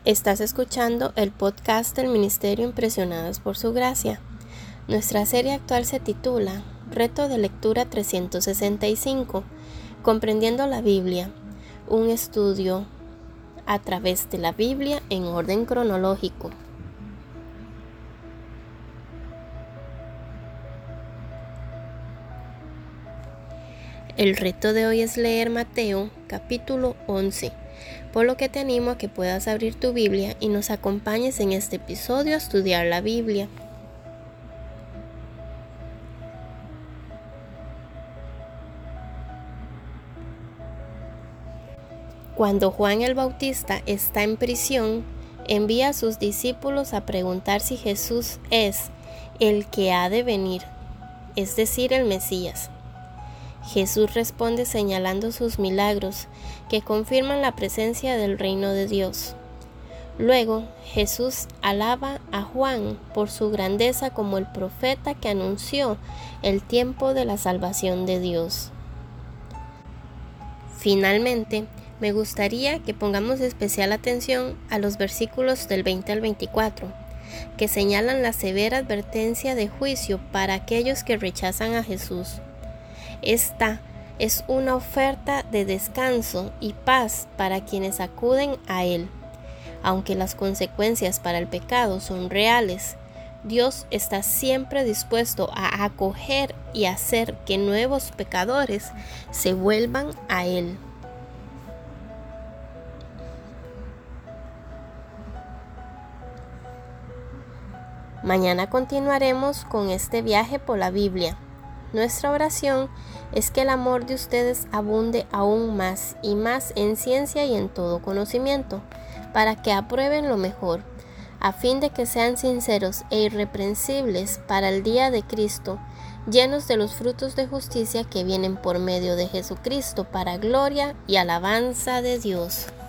Estás escuchando el podcast del Ministerio Impresionadas por Su Gracia. Nuestra serie actual se titula Reto de Lectura 365, Comprendiendo la Biblia, un estudio a través de la Biblia en orden cronológico. El reto de hoy es leer Mateo capítulo 11, por lo que te animo a que puedas abrir tu Biblia y nos acompañes en este episodio a estudiar la Biblia. Cuando Juan el Bautista está en prisión, envía a sus discípulos a preguntar si Jesús es el que ha de venir, es decir, el Mesías. Jesús responde señalando sus milagros que confirman la presencia del reino de Dios. Luego, Jesús alaba a Juan por su grandeza como el profeta que anunció el tiempo de la salvación de Dios. Finalmente, me gustaría que pongamos especial atención a los versículos del 20 al 24, que señalan la severa advertencia de juicio para aquellos que rechazan a Jesús. Esta es una oferta de descanso y paz para quienes acuden a Él. Aunque las consecuencias para el pecado son reales, Dios está siempre dispuesto a acoger y hacer que nuevos pecadores se vuelvan a Él. Mañana continuaremos con este viaje por la Biblia. Nuestra oración es que el amor de ustedes abunde aún más y más en ciencia y en todo conocimiento, para que aprueben lo mejor, a fin de que sean sinceros e irreprensibles para el día de Cristo, llenos de los frutos de justicia que vienen por medio de Jesucristo para gloria y alabanza de Dios.